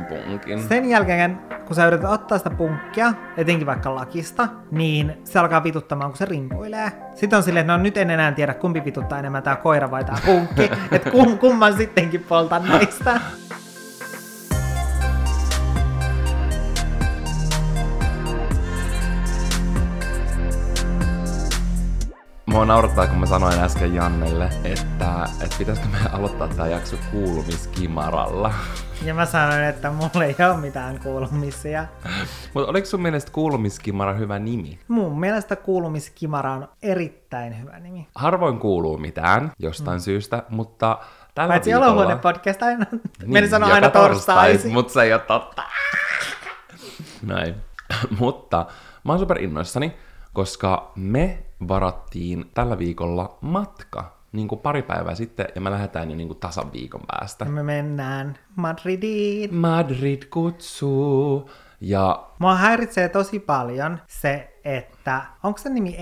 punkin. Sen jälkeen, kun sä yrität ottaa sitä punkkia, etenkin vaikka lakista, niin se alkaa vituttamaan, kun se rimpuilee. Sitten on silleen, että no nyt en enää tiedä, kumpi vituttaa enemmän, tää koira vai tää punkki. Että kumman sittenkin poltan näistä. Mua naurattaa, kun mä sanoin äsken Jannelle, että pitäisikö me aloittaa tää jakso kuulumiskimaralla. Ja mä sanoin, että mulla ei ole mitään kuulumisia. Mutta oliko sun mielestä kuulumiskimara hyvä nimi? Mun mielestä kuulumiskimara on erittäin hyvä nimi. Harvoin kuuluu mitään jostain syystä, mutta tällä paitsi viikolla... Olohuone-podcast aina. Niin, Meidän sanoo aina torstaisin. Mutta se ei ole totta. Näin. Mutta mä oon super innoissani, koska me varattiin tällä viikolla matka niin kuin pari päivää sitten, ja me lähdetään jo niin kuin tasan viikon päästä. Ja me mennään Madridiin. Madrid kutsuu. Ja mua häiritsee tosi paljon se, että onko se nimi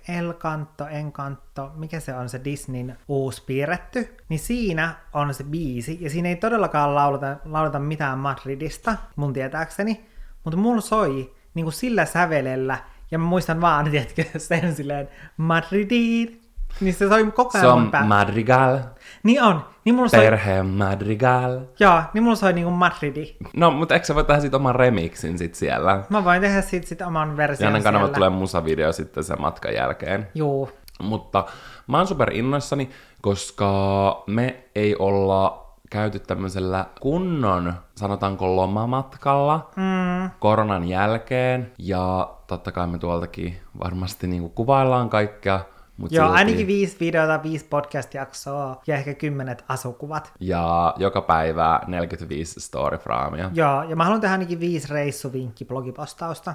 Encanto, mikä se on se Disneyn uusi piirretty, niin siinä on se biisi, ja siinä ei todellakaan lauleta mitään Madridista, mun tietääkseni, mutta mulla soi niin kuin sillä sävelellä, ja mä muistan vaan, tiedätkö, sen silleen Madridiin, niin se soi koko ajan mun päällä. Madrigal. Niin on. Niin mulla soi... Perhe Madrigal. Joo, niin mulla soi niinku Madridi. No, mutta eikö sä voi tehdä sit oman remixin sit siellä? Mä voin tehdä sit oman version Jannen siellä. kanavat tulee musavideo sitten sen matkan jälkeen. Juu. Mutta mä oon super innoissani, koska me ei olla käyty tämmöisellä kunnon, sanotaanko lomamatkalla, koronan jälkeen. Ja totta kai me tuoltakin varmasti niinku kuvaillaan kaikkea. Joo, ainakin 5 videota, 5 podcast-jaksoa ja ehkä 10 asukuvat. Ja joka päivä 45 storyfraamia. Joo, ja mä haluan tehdä ainakin 5 reissuvinkki-blogipostausta.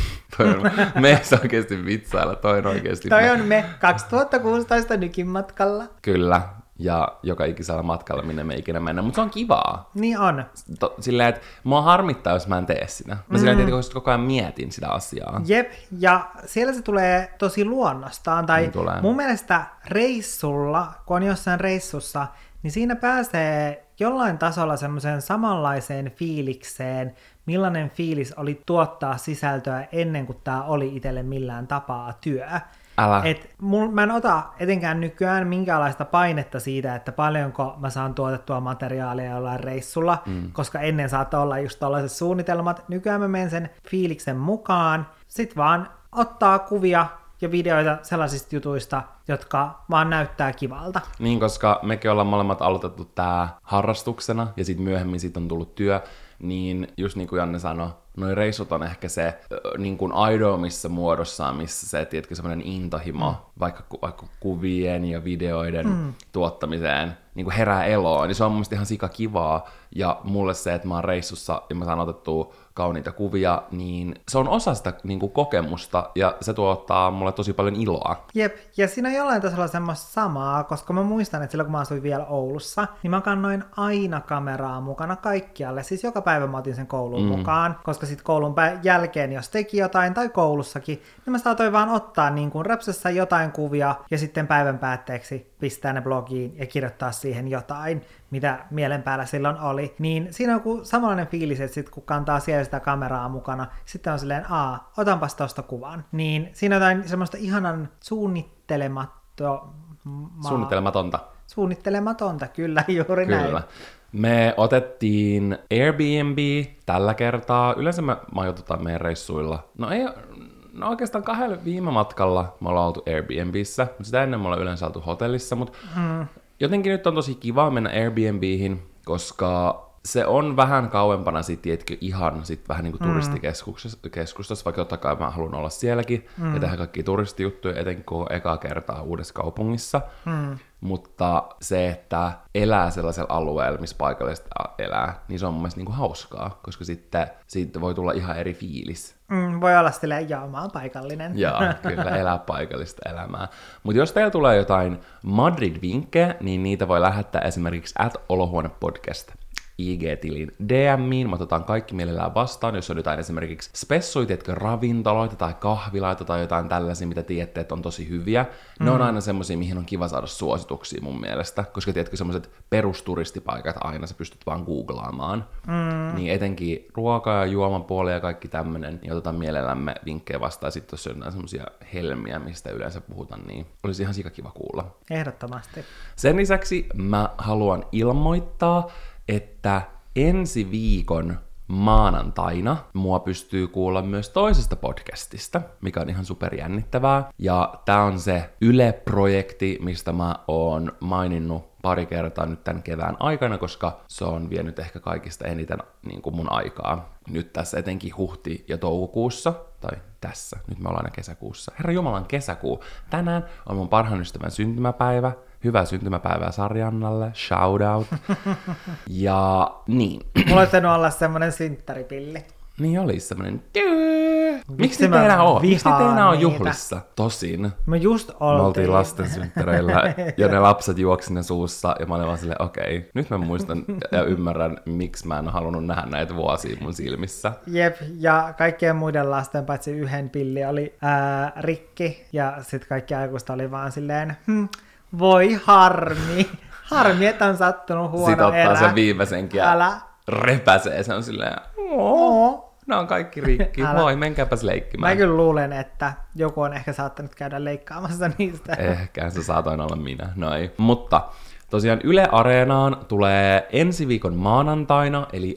Me ei saa oikeasti vitsailla, toi on oikeasti toi on me 2016 nykimatkalla. Kyllä, ja joka ikisellä matkalla, minne me ikinä mennään, mutta se on kivaa. Niin on. Silleen, että mua harmittaa, jos mä en tee sitä. Mä silleen tietenkin koko ajan mietin sitä asiaa. Jep, ja siellä se tulee tosi luonnostaan. Tai niin mun mielestä reissulla, kun on jossain reissussa, niin siinä pääsee jollain tasolla semmoiseen samanlaiseen fiilikseen, millainen fiilis oli tuottaa sisältöä ennen kuin tää oli itselle millään tapaa työ. Mä en ota etenkään nykyään minkäänlaista painetta siitä, että paljonko mä saan tuotettua materiaalia jollain reissulla, koska ennen saattoi olla just tollaiset suunnitelmat. Nykyään mä menen sen fiiliksen mukaan, sit vaan ottaa kuvia ja videoita sellaisista jutuista, jotka vaan näyttää kivalta. Niin, koska mekin ollaan molemmat aloitettu tää harrastuksena, ja sit myöhemmin siitä on tullut työ, niin just niin kuin Janne sanoi, noi reissut on ehkä se niin kuin aidoimmissa muodossaan, missä se, tiedätkö, semmoinen intohimo, vaikka kuvien ja videoiden tuottamiseen niin kuin herää eloon, niin se on mun mielestä ihan sika kivaa, ja mulle se, että mä oon reissussa ja mä saan otettua kauniita kuvia, niin se on osa sitä niin kuin kokemusta, ja se tuottaa mulle tosi paljon iloa. Jep, ja siinä on jollain tasolla semmoista samaa, koska mä muistan, että silloin kun mä asuin vielä Oulussa, niin mä kannoin aina kameraa mukana kaikkialle, siis joka päivä mä otin sen kouluun mukaan, koska sit koulun jälkeen, jos teki jotain, tai koulussakin, niin mä saatoin vaan ottaa niin kuin räpsässä jotain kuvia, ja sitten päivän päätteeksi pistää ne blogiin ja kirjoittaa siihen jotain, mitä mielen päällä silloin oli. Niin siinä on samanlainen fiilis, että sit kun kantaa siellä sitä kameraa mukana, sitten on silleen, otanpas tosta kuvan. Niin siinä on jotain semmoista ihanan suunnittelematonta, kyllä, juuri kyllä. Näin. Me otettiin Airbnb tällä kertaa. Yleensä me majoitutaan meidän reissuilla. No oikeastaan 2 viime matkalla me ollaan oltu Airbnbissä. Sitä ennen me ollaan yleensä oltu hotellissa, mutta jotenkin nyt on tosi kiva mennä Airbnbihin, koska se on vähän kauempana tiedätkö, ihan vähän niin kuin turistikeskustassa, vaikka totta kai mä haluan olla sielläkin ja tehdä kaikkia turistijuttuja, etenkin kun ekaa kertaa uudessa kaupungissa. Mutta se, että elää sellaisella alueella, missä paikallista elää, niin se on mun mielestä niin kuin hauskaa, koska sitten siitä voi tulla ihan eri fiilis. Voi olla silleen, mä oon paikallinen. Joo, kyllä, elää paikallista elämää. Mutta jos teillä tulee jotain Madrid-vinkkejä, niin niitä voi lähettää esimerkiksi @olohuonepodcast IG-tilin DMiin. Me otetaan kaikki mielellään vastaan, jos on jotain esimerkiksi spessuja, tiedätkö, ravintoloita tai kahvilaita tai jotain tällaisia, mitä tiedätte, että on tosi hyviä. Ne on aina semmosia, mihin on kiva saada suosituksia mun mielestä, koska tiedätkö, semmoiset perusturistipaikat aina sä pystyt vaan googlaamaan. Niin etenkin ruoka- ja juomapuoli ja kaikki tämmönen, niin otetaan mielellämme vinkkejä vastaan. Sitten jos on jotain semmosia helmiä, mistä yleensä puhutaan, niin olisi ihan kiva kuulla. Ehdottomasti. Sen lisäksi mä haluan ilmoittaa, että ensi viikon maanantaina mua pystyy kuulla myös toisesta podcastista, mikä on ihan superjännittävää. Ja tää on se Yle-projekti, mistä mä oon maininnut pari kertaa nyt tämän kevään aikana, koska se on vienyt ehkä kaikista eniten niin kuin mun aikaa. Nyt tässä etenkin huhti- ja toukokuussa, tai tässä, nyt me ollaan aina kesäkuussa. Herra Jumalan kesäkuu. Tänään on mun parhaan ystävän syntymäpäivä. Hyvää syntymäpäivää Sarjannalle, shout out. Ja niin. Mulla olisi tainnut olla semmonen synttäripilli. Niin olisi semmonen. Miksi te enää oo? Miksi te enää oo juhlissa? Tosin. Me just oltiin lastensynttäreillä ja ne lapset juoksi ne suussa ja mä olin vaan silleen, okei, nyt mä muistan ja ymmärrän, miksi mä en halunnut nähdä näitä vuosia mun silmissä. Jep, ja kaikkien muiden lasten paitsi yhden pilli oli rikki ja sit kaikki aikuista oli vaan silleen, voi harmi, että on sattunut huono Sitten ottaa erä. sen viimeisenkin ja repäsee, se on silleen, nämä on kaikki rikki, moi, menkääpäs leikkimään. Mä kyllä luulen, että joku on ehkä saattanut käydä leikkaamassa niistä. Ehkä, se saatoin olla minä, noin. Mutta tosiaan Yle Areenaan tulee ensi viikon maanantaina, eli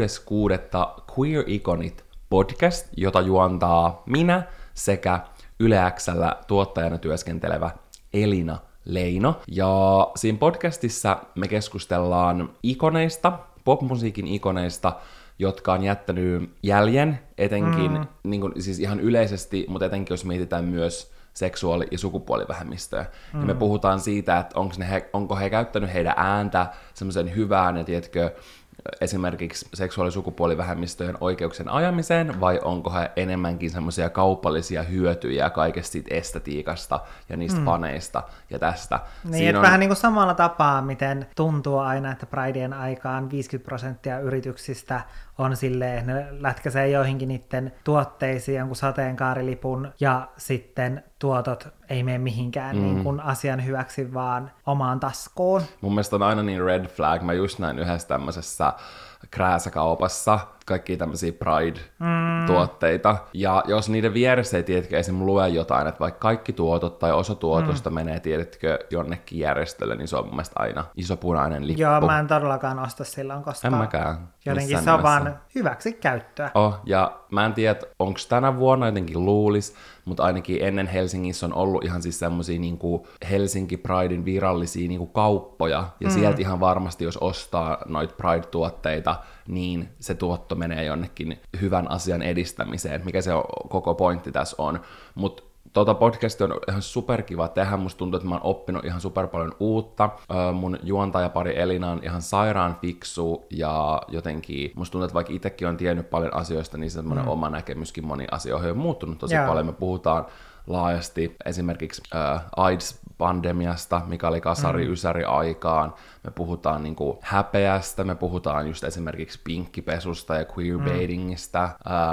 6.6. Queer Iconit podcast, jota juontaa minä sekä Yle X:llä tuottajana työskentelevä Elina Leino. Ja siinä podcastissa me keskustellaan ikoneista, popmusiikin ikoneista, jotka on jättänyt jäljen, etenkin niin kuin, siis ihan yleisesti, mutta etenkin jos mietitään myös seksuaali- ja sukupuolivähemmistöä. Ja me puhutaan siitä, että onko he käyttänyt heidän ääntä semmoisen hyvään ja tiedätkö, esimerkiksi seksuaali- ja sukupuolivähemmistöjen oikeuksien ajamiseen, vai onko he enemmänkin semmoisia kaupallisia hyötyjä kaikesta siitä estetiikasta ja niistä faneista ja tästä. Niin, että vähän niin kuin samalla tapaa, miten tuntuu aina, että Prideen aikaan 50% yrityksistä on silleen, että ne lätkäsee joihinkin niiden tuotteisiin jonkun sateenkaarilipun ja sitten tuotot ei mene mihinkään niin kuin asian hyväksi, vaan omaan taskuun. Mun mielestä on aina niin red flag. Mä just näin yhdessä tämmöisessä krääsäkaupassa kaikkia tämmöisiä Pride-tuotteita. Ja jos niiden vieressä ei, tiedätkö, esimerkiksi lue jotain, että vaikka kaikki tuotot tai osa tuotosta menee, tiedätkö, jonnekin järjestölle, niin se on mun mielestä aina iso punainen lippu. Joo, mä en todellakaan osta silloin, koska en mäkään. jotenkin se on vaan hyväksi käyttöä. Ja mä en tiedä, onko tänä vuonna jotenkin luulis, mutta ainakin ennen Helsingissä on ollut ihan siis semmosia niinku Helsinki Pridein virallisia niinku kauppoja, ja sieltä ihan varmasti, jos ostaa noita Pride-tuotteita, niin se tuotto menee jonnekin hyvän asian edistämiseen, mikä se koko pointti tässä on. Mutta podcastia on ihan superkiva tehdä. Musta tuntuu, että mä oon oppinut ihan super paljon uutta. Mun juontajapari Elina on ihan sairaan fiksu ja jotenkin musta tuntuu, että vaikka itsekin on tiennyt paljon asioista, niin semmoinen oma näkemyskin moni asioihin on muuttunut tosi paljon. Me puhutaan laajasti esimerkiksi AIDS-pandemiasta, mikä oli kasari-ysäri aikaan. Me puhutaan niinku häpeästä, me puhutaan just esimerkiksi pinkkipesusta ja queerbaitingista,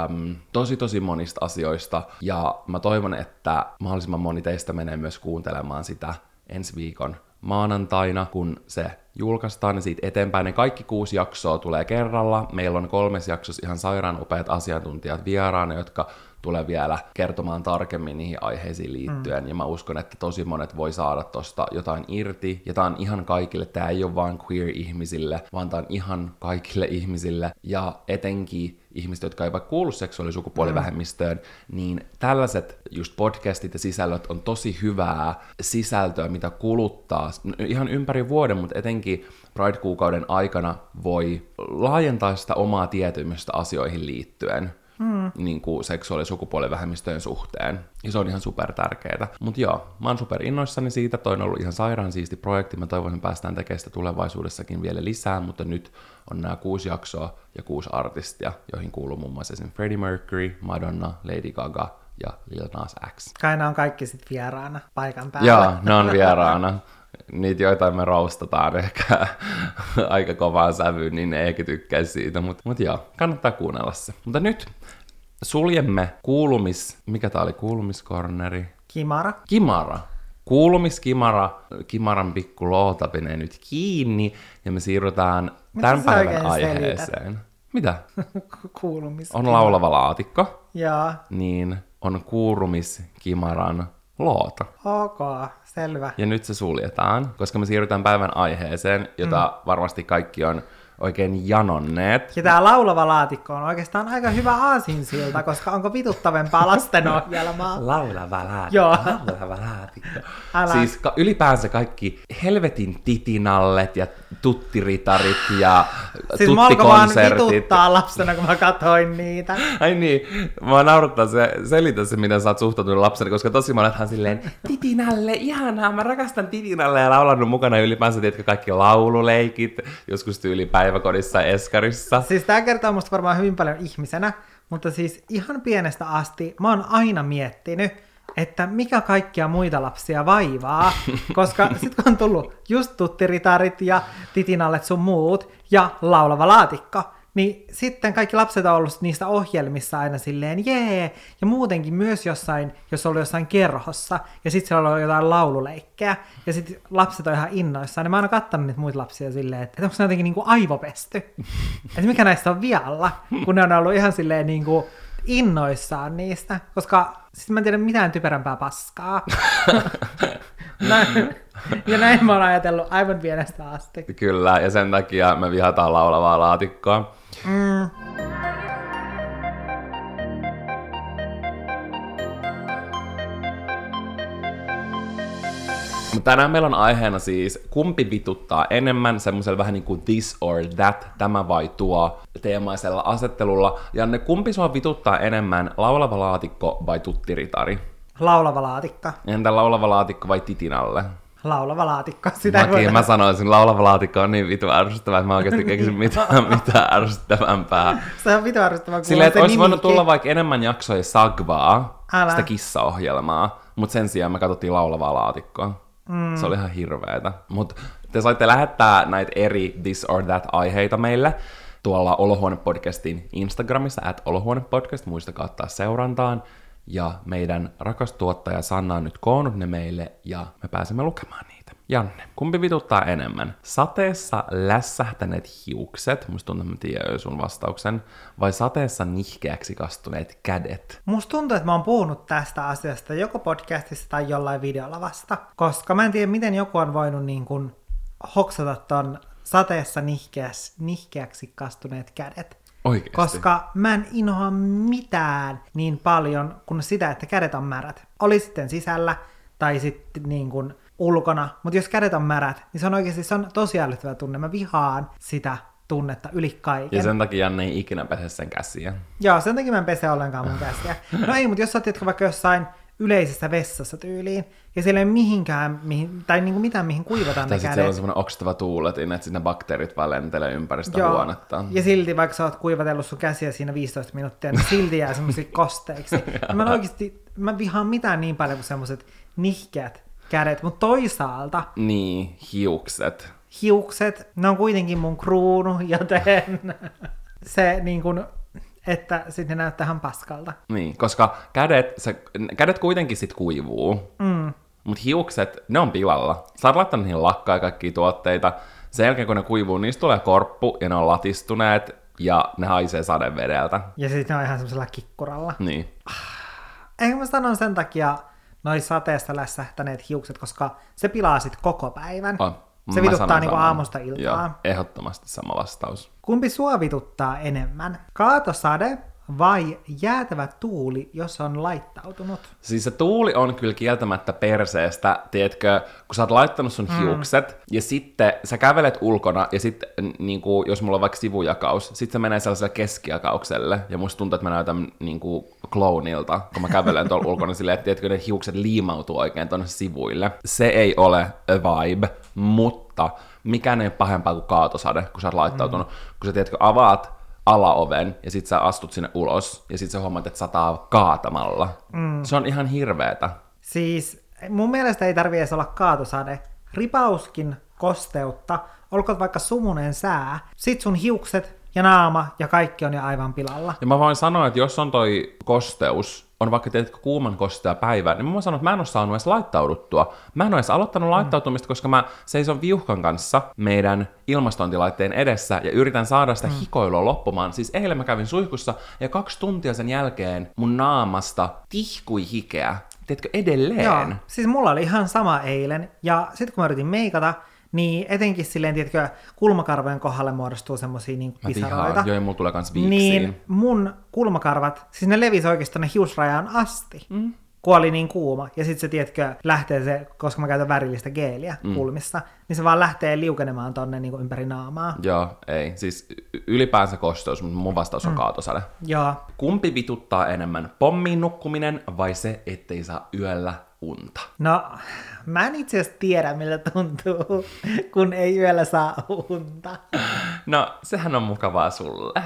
tosi monista asioista. Ja mä toivon, että mahdollisimman moni teistä menee myös kuuntelemaan sitä ensi viikon maanantaina, kun se julkaistaan, ja siitä eteenpäin ne kaikki 6 jaksoa tulee kerralla. Meillä on 3 jaksossa ihan sairaan upeat asiantuntijat vieraana, jotka tulee vielä kertomaan tarkemmin niihin aiheisiin liittyen, ja mä uskon, että tosi monet voi saada tosta jotain irti, ja tää on ihan kaikille, tää ei ole vain queer-ihmisille, vaan tää on ihan kaikille ihmisille, ja etenkin ihmiset, jotka eivät kuulu seksuaali- ja sukupuolivähemmistöön, niin tällaiset just podcastit ja sisällöt on tosi hyvää sisältöä, mitä kuluttaa ihan ympäri vuoden, mutta etenkin Pride-kuukauden aikana voi laajentaa sitä omaa tietämystä asioihin liittyen. Niin kuin seksuaali- ja sukupuolivähemmistöjen suhteen. Ja se on ihan super tärkeetä. Mutta joo, mä oon super innoissani siitä. Toi on ollut ihan sairaan siisti projekti. Mä toivon, että päästään tekemään sitä tulevaisuudessakin vielä lisää, mutta nyt on nämä 6 jaksoa ja 6 artistia, joihin kuuluu muun muassa esimerkiksi Freddie Mercury, Madonna, Lady Gaga ja Lil Nas X. Kai ne on kaikki sit vieraana paikan päällä. Joo, ne on vieraana. niitä joitain me roustataan ehkä aika kovaan sävyyn, niin ne eikä tykkää siitä, mutta joo, kannattaa kuunnella se. Mutta nyt suljemme mikä tää oli, kuulumiskorneri? Kimara. Kimaran pikku loota menee nyt kiinni, ja me siirrytään tämän päivän aiheeseen. Mitä? On laulava laatikko. Joo. Niin on Kimaran loota. Ok, selvä. Ja nyt se suljetaan, koska me siirrytään päivän aiheeseen, jota varmasti kaikki on oikein janonneet. Ja tää laulava laatikko on oikeastaan aika hyvä aasinsilta, koska onko vituttavempaa lastenohjelmaa? Laulava laatikko. Siis ylipäänsä kaikki helvetin titinallet ja tuttiritarit ja siis tuttikonsertit. Siis mä alkoi vaan vituttaa lapsena, kun mä katsoin niitä. Ai niin, mä naurattaa selitä se, miten sä oot suhtautunut lapsena, koska tosi monethan silleen, titinalle, ihanaa, mä rakastan titinalle ja laulannut mukana ylipäänsä, tiedätkö, kaikki laululeikit, joskus tyyli päiväkodissa ja eskarissa. Siis tää kertoo musta varmaan hyvin paljon ihmisenä, mutta siis ihan pienestä asti mä oon aina miettinyt, että mikä kaikkia muita lapsia vaivaa, koska sit kun on tullut just tuttiritarit ja titinallet sun muut ja laulava laatikko, niin sitten kaikki lapset on ollut niistä ohjelmissa aina silleen jee, ja muutenkin myös jossain, jos on ollut jossain kerhossa, ja sitten siellä on ollut jotain laululeikkejä, ja sitten lapset on ihan innoissaan, ja mä oon aina kattanut niitä muita lapsia silleen, että onko se jotenkin niinku aivopesty, että mikä näistä on vialla, kun ne on ollut ihan silleen niinku innoissaan niistä, koska siis mä en tiedä mitään typerämpää paskaa. Ja näin mä oon ajatellut aivan pienestä asti. Kyllä, ja sen takia me vihataan laulavaa laatikkoa. Mutta tänään meillä on aiheena siis, kumpi vituttaa enemmän semmoisella vähän niin kuin this or that, tämä vai tuo teemaisella asettelulla. Janne, kumpi sua vituttaa enemmän, laulava laatikko vai tuttiritari? Laulava laatikko. Entä laulava laatikko vai titinalle? Laulava laatikko. Sitä mä sanoisin, laulava laatikko on niin vitu ärsyttävää, että mä oikeasti keksin mitään ärsyttävämpää. Se on vitu ärsyttävää. Silleen, että olisi voinut tulla vaikka enemmän jaksoja Sagvaa, sitä kissaohjelmaa, mutta sen sijaan me katsottiin laulavaa laatikkoa. Se oli ihan hirveetä. Mutta te saitte lähettää näitä eri this or that aiheita meille tuolla Olohuone-podcastin Instagramissa, @olohuonepodcast, muistakaa ottaa seurantaan. Ja meidän rakas tuottaja Sanna on nyt koonnut ne meille, ja me pääsemme lukemaan niitä. Janne, kumpi vituttaa enemmän? Sateessa lässähtäneet hiukset, musta tuntuu, että mä tiedän sun vastauksen, vai sateessa nihkeäksi kastuneet kädet? Musta tuntuu, että mä oon puhunut tästä asiasta joko podcastissa tai jollain videolla vasta, koska mä en tiedä, miten joku on voinut niin kuin hoksata ton sateessa nihkeäksi kastuneet kädet. Oikeesti? Koska mä en inhoa mitään niin paljon kuin sitä, että kädet on märät. Oli sitten sisällä tai sitten niin kuin ulkona, mutta jos kädet on märät, niin se on oikeasti tosi älyttävä tunne. Mä vihaan sitä tunnetta yli kaiken. Ja sen takia Janne ei ikinä pese sen käsiä. Joo, sen takia mä en pese ollenkaan mun käsiä. No ei, mutta jos sä oot vaikka jossain yleisessä vessassa tyyliin, ja siellä ei mihinkään, tai niinku mitään mihin kuivataan tai ne kädet. siellä on semmoinen oksitava tuuletin, että sitten ne bakteerit vaan lentelee ympäri sitä huonetta. Ja silti vaikka sä oot kuivatellut sun käsiä siinä 15 minuuttia, niin silti jää semmoisiksi kosteiksi. Mä vihaan mitään niin paljon kuin semmoiset nihkeät kädet, mutta toisaalta... Niin, Hiukset, ne on kuitenkin mun kruunu, joten se niin kuin... että sitten ne näyttää ihan paskalta. Niin, koska kädet kuitenkin sit kuivuu, mutta hiukset, ne on pilalla. Sä oot laittanut niihin lakkaa kaikkia tuotteita. Sen jälkeen kun ne kuivuu, niistä tulee korppu ja ne on latistuneet ja ne haisee sadevedeltä. Ja sitten ne on ihan semmoisella kikkuralla. Niin. Ehkä mä sanon sen takia noi sateesta lässähtäneet hiukset, koska se pilaa sit koko päivän. Se vituttaa niinku aamusta iltaan. Joo, ehdottomasti sama vastaus. Kumpi sua vituttaa enemmän? Kaatosade vai jäätävä tuuli, jos on laittautunut? Siis se tuuli on kyllä kieltämättä perseestä, tiedätkö, kun sä oot laittanut sun hiukset, ja sitten sä kävelet ulkona, ja sitten niinku, jos mulla on vaikka sivujakaus, sit se menee sellaiselle keskijakaukselle, ja musta tuntuu, että mä näytän niinku kloonilta, kun mä kävelen tuolla ulkona silleen, että tiedätkö, ne hiukset liimautuu oikein tonne sivuille. Se ei ole a vibe, mutta mikään ei ole pahempaa kuin kaatosade, kun sä oot laittautunut. Kun sä tiedätkö, avaat alaoven ja sit sä astut sinne ulos ja sit sä huomaat, että sataa kaatamalla. Se on ihan hirveetä. Siis mun mielestä ei tarvii edes olla kaatosade. ripauskin kosteutta, olkoon vaikka sumunen sää, sit sun hiukset ja naama ja kaikki on jo aivan pilalla. Ja mä voin sanoa, että jos on toi kosteus, on vaikka teetkö kuuman kostea päivä, niin mä voin sanoa, että mä en ole saanut edes laittauduttua. Mä en ole edes aloittanut laittautumista, koska mä seison viuhkan kanssa meidän ilmastointilaitteen edessä ja yritän saada sitä hikoilua loppumaan. Siis eilen mä kävin suihkussa ja 2 tuntia sen jälkeen mun naamasta tihkui hikeä. Tiedätkö, edelleen? Joo, siis mulla oli ihan sama eilen, ja sitten kun mä yritin meikata, niin etenkin silleen, tiedätkö, kulmakarvojen kohdalle muodostuu semmosia niin pisaroita. Joo, ja mulla tulee kans viiksiin. Niin mun kulmakarvat, siis ne levisi oikeasti tonne hiusrajaan asti, kun oli niin kuuma. Ja sit se, tiedätkö, lähtee se, koska mä käytän värillistä geeliä kulmissa, niin se vaan lähtee liukenemaan tonne niin kuin ympäri naamaa. Joo, ei. Siis ylipäänsä kosteus, mutta mun vastaus on kaatosade. Joo. Kumpi vituttaa enemmän, pommiin nukkuminen vai se, ettei saa yöllä unta? No, mä en itse asiassa tiedä, miltä tuntuu, kun ei yöllä saa unta. No, sehän on mukavaa sulle.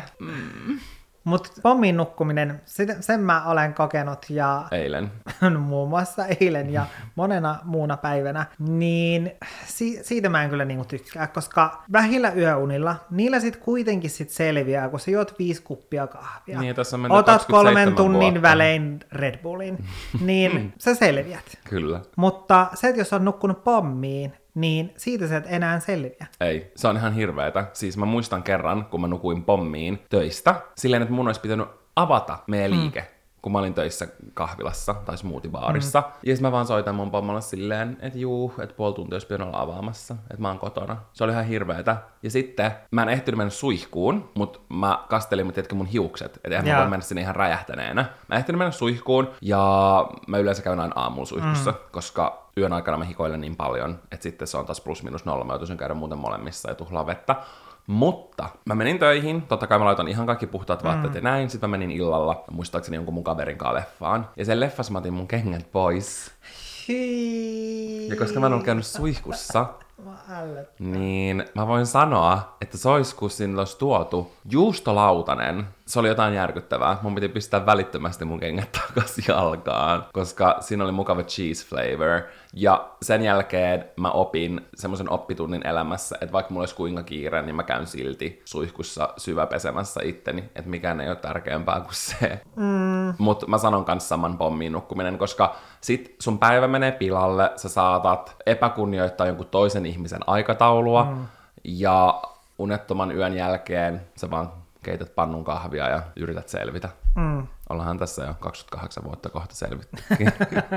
Mutta pommiin nukkuminen, sen mä olen kokenut ja Eilen. muun muassa eilen ja monena muuna päivänä, niin siitä mä en kyllä niinku tykkää, koska vähillä yöunilla, niillä sit kuitenkin sit selviää, kun sä juot 5 kuppia kahvia. Niin, tässä on otat 3 tunnin vuotta. välein Red Bullin, niin sä selviät. Kyllä. Mutta se, että jos on nukkunut pommiin, niin siitä sä et enää selviä. Ei, se on ihan hirveetä. Siis mä muistan kerran, kun mä nukuin pommiin töistä, silleen, että mun olisi pitänyt avata meidän liike, kun mä olin töissä kahvilassa tai smoothie-baarissa. Ja sitten mä vaan soitan mun pommolle silleen, että että puoli tuntia olisi pitänyt olla avaamassa, että mä oon kotona. Se oli ihan hirveetä. Ja sitten mä en ehtinyt mennä suihkuun, mutta mä kastelin mun hiukset, että eihän mä voi mennä sinne ihan räjähtäneenä. Mä ehtinyt mennä suihkuun ja mä yleensä käyn aina aamulla suihkussa, koska yön aikana mä hikoilen niin paljon, että sitten se on taas +/- mä joutuisin käydä muuten molemmissa ja tuhlaa vettä. Mutta mä menin töihin, totta kai mä laitan ihan kaikki puhtaat vaatteet ja näin, sit mä menin illalla, muistaakseni jonkun mun kaverin kanssa leffaan. Ja sen leffassa mä otin mun kengät pois. Ja koska mä en ollut käynyt suihkussa, niin mä voin sanoa, että se olisi, kun sinne olisi tuotu juustolautanen. Se oli jotain järkyttävää. Mun piti pistää välittömästi mun kengät takaisin jalkaan, koska siinä oli mukava cheese flavor. Ja sen jälkeen mä opin semmoisen oppitunnin elämässä, että vaikka mulla olisi kuinka kiire, niin mä käyn silti suihkussa syväpesemässä itteni, että mikään ei ole tärkeämpää kuin se. Mutta mä sanon kans saman pommiin nukkuminen, koska sit sun päivä menee pilalle, sä saatat epäkunnioittaa jonkun toisen ihmisen aikataulua, ja unettoman yön jälkeen sä vaan keität pannun kahvia ja yrität selvitä. Ollaanhan tässä jo 28 vuotta kohta selvittykin.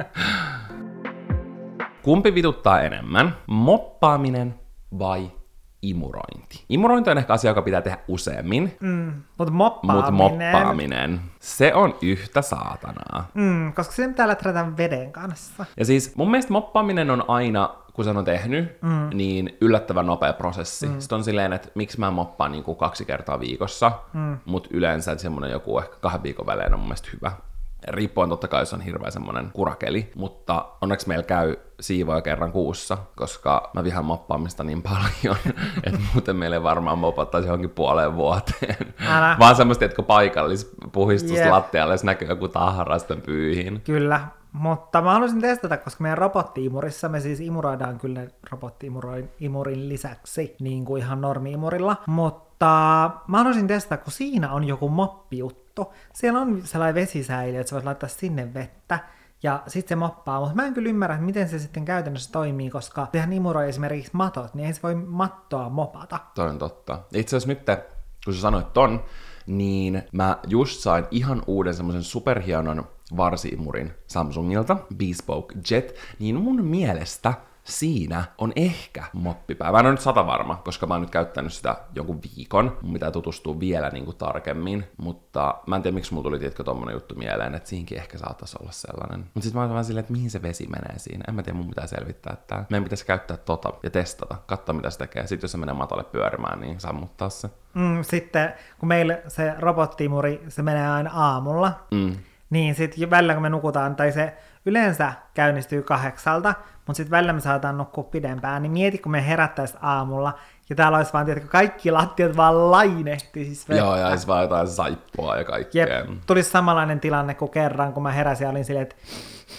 Kumpi vituttaa enemmän, moppaaminen vai imurointi? Imurointi on ehkä asia, joka pitää tehdä useammin. Mutta moppaaminen, se on yhtä saatanaa. Koska sen pitää läträtä veden kanssa. Ja siis mun mielestä moppaaminen on aina, kun sen on tehnyt, niin yllättävän nopea prosessi. Sitten on silleen, että miksi mä moppaan niin kuin 2 kertaa viikossa, mutta yleensä semmoinen joku ehkä 2 viikon välein on mun mielestä hyvä. Riippuen totta kai, jos on hirveän semmoinen kurakeli, mutta onneksi meillä käy siivoja kerran kuussa, koska mä vihaan moppaamista niin paljon, että muuten meillä ei varmaan mopattaisi johonkin puoleen vuoteen. Vaan semmoista, että paikallispuhistus lattialle, jos näkyy joku tahra sitten pyyhiin. Kyllä, mutta mä haluaisin testata, koska meidän robottiimurissa me siis imuroidaan kyllä robottiimurin lisäksi, niin kuin ihan normi-imurilla, mutta mä haluaisin testata, kun siinä on joku moppijuttu. Siellä on sellainen vesisäiliö, että sä voit laittaa sinne vettä, ja sitten se moppaa, mutta mä en kyllä ymmärrä, että miten se sitten käytännössä toimii, koska sehän imuroi esimerkiksi matot, niin ei se voi mattoa mopata. Toi on totta. Itse asiassa nyt, kun sä sanoit ton, niin mä just sain ihan uuden semmoisen superhienon varsi-imurin Samsungilta, Bespoke Jet, niin mun mielestä siinä on ehkä moppipäivä. Mä en ole nyt 100 varma, koska mä oon nyt käyttänyt sitä jonkun viikon. Mun pitää tutustua vielä niin kuin tarkemmin, mutta mä en tiedä, miksi mulla tuli tietkö tommonen juttu mieleen, että siinkin ehkä saattaisi olla sellainen. Mutta sitten mä oon vaan silleen, että mihin se vesi menee siinä. En mä tiedä, mun pitää selvittää tää. Meidän pitäisi käyttää tota ja testata, katsoa mitä se tekee. Sitten jos se menee matolle pyörimään, niin sammuttaa se. Sitten kun meillä se robottiimuri, se menee aina aamulla, niin sitten välillä kun me nukutaan, tai se yleensä käynnistyy 8, mutta sitten välillä me saadaan nukkua pidempään, niin mieti, kun me herättäisiin aamulla, ja täällä olisi vaan, tiedätkö, kaikki lattiat vaan lainehtisis vettä. Joo, ja olisi vaan jotain saippua ja kaikkea. Jep, tulisi samanlainen tilanne kuin kerran, kun mä heräsin ja olin silleen, että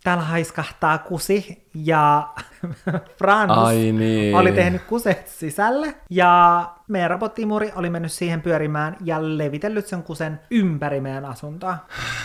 täällä haiskahtaa kusi, ja Frans niin. oli tehnyt kuset sisälle, ja meidän robottimuri oli mennyt siihen pyörimään ja levitellyt sen kusen ympäri meidän asuntoa.